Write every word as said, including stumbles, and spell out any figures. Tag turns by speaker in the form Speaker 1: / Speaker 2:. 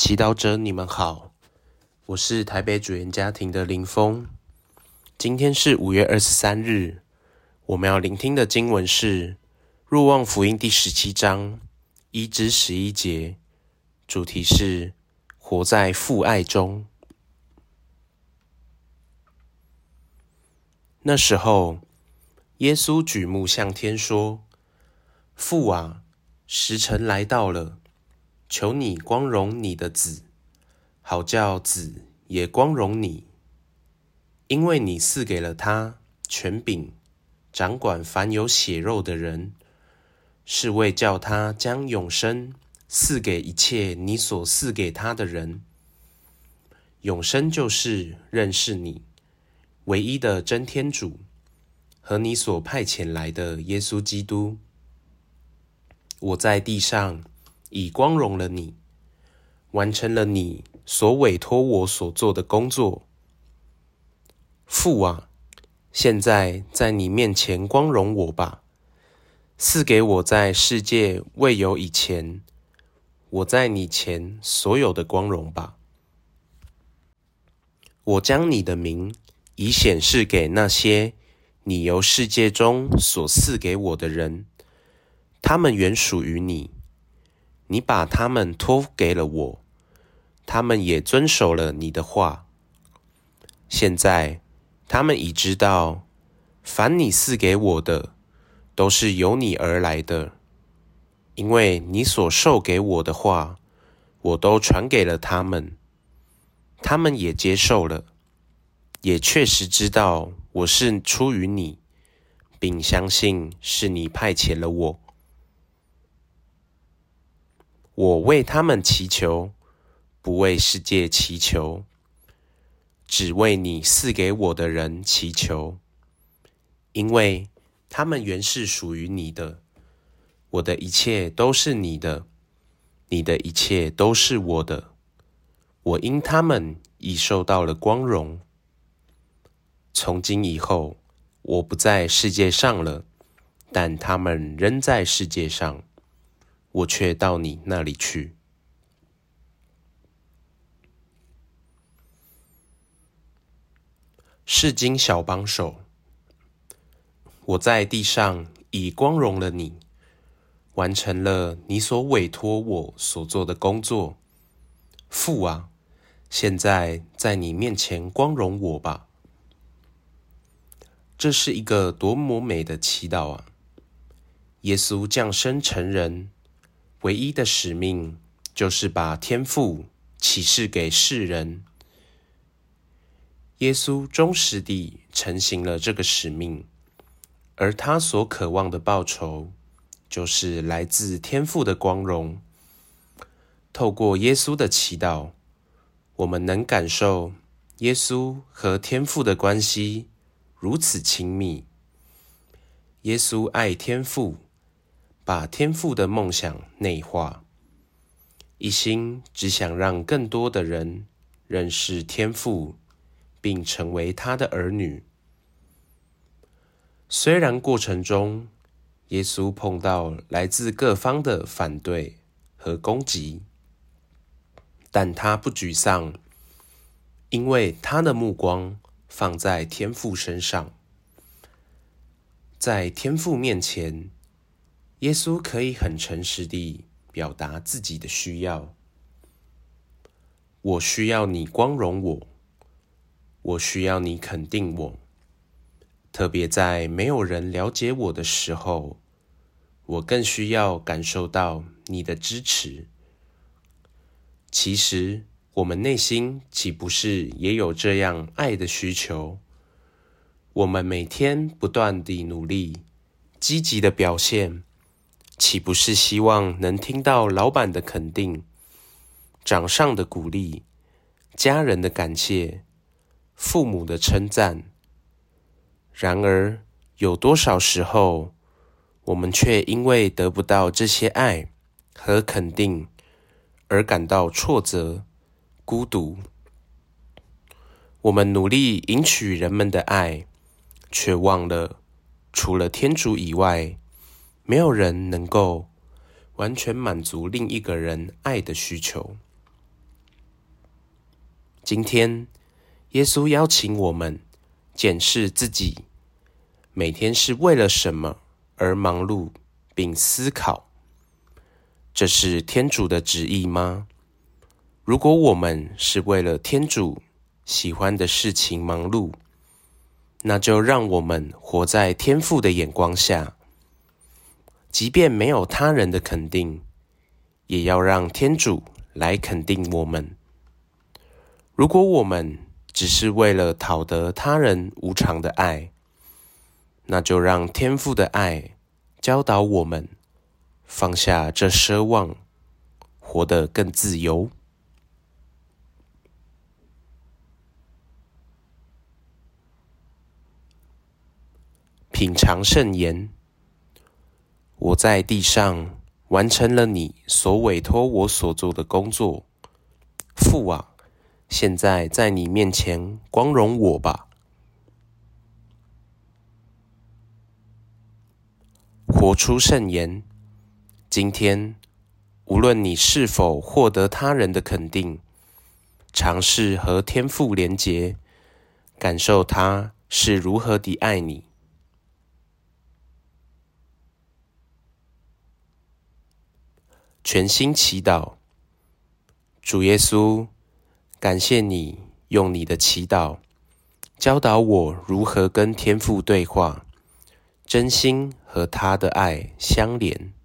Speaker 1: 祈祷者，你们好，我是台北主言家庭的林峰。今天是五月二十三日，我们要聆听的经文是《若望福音》第十七章一至十一节，主题是活在父爱中。那时候，耶稣举目向天说：“父啊，时辰来到了，求你光荣你的子，好叫子也光荣你，因为你赐给了他权柄，掌管凡有血肉的人，是为叫他将永生赐给一切你所赐给他的人。永生就是认识你，唯一的真天主，和你所派遣来的耶稣基督。我在地上已光荣了你，完成了你所委托我所做的工作。父啊，现在在你面前光荣我吧，赐给我在世界未有以前，我在你前所有的光荣吧。我将你的名已显示给那些你由世界中所赐给我的人，他们原属于你，你把他们托给了我，他们也遵守了你的话。现在他们已知道，凡你赐给我的，都是由你而来的，因为你所授给我的话，我都传给了他们，他们也接受了，也确实知道我是出于你，并相信是你派遣了我。我为他们祈求，不为世界祈求，只为你赐给我的人祈求，因为他们原是属于你的，我的一切都是你的，你的一切都是我的，我因他们已受到了光荣。从今以后，我不在世界上了，但他们仍在世界上，我却到你那里去。释经小帮手，我在地上已光荣了你，完成了你所委托我所做的工作。父啊，现在在你面前光荣我吧。这是一个多么美的祈祷啊！耶稣降生成人，唯一的使命就是把天父启示给世人。耶稣忠实地承行了这个使命，而他所渴望的报酬，就是来自天父的光荣。透过耶稣的祈祷，我们能感受耶稣和天父的关系如此亲密。耶稣爱天父，把天父的梦想内化，一心只想让更多的人认识天父，并成为他的儿女。虽然过程中，耶稣碰到来自各方的反对和攻击，但他不沮丧，因为他的目光放在天父身上。在天父面前，耶稣可以很诚实地表达自己的需要。我需要你光荣我，我需要你肯定我，特别在没有人了解我的时候，我更需要感受到你的支持。其实，我们内心岂不是也有这样爱的需求？我们每天不断地努力，积极的表现，岂不是希望能听到老板的肯定、长上的鼓励、家人的感谢、父母的称赞？然而，有多少时候，我们却因为得不到这些爱和肯定，而感到挫折、孤独？我们努力赢取人们的爱，却忘了，除了天主以外，没有人能够完全满足另一个人爱的需求。 今天，耶稣邀请我们检视自己，每天是为了什么而忙碌，并思考，这是天主的旨意吗？如果我们是为了天主喜欢的事情忙碌，那就让我们活在天父的眼光下，即便没有他人的肯定，也要让天主来肯定我们。如果我们只是为了讨得他人无偿的爱，那就让天父的爱教导我们放下这奢望，活得更自由。品尝圣言，我在地上完成了你所委托我所做的工作。父啊，现在在你面前光荣我吧。活出圣言，今天无论你是否获得他人的肯定，尝试和天父连结，感受他是如何地爱你。全心祈祷，主耶稣，感谢你用你的祈祷教导我如何跟天父对话，真心和他的爱相连。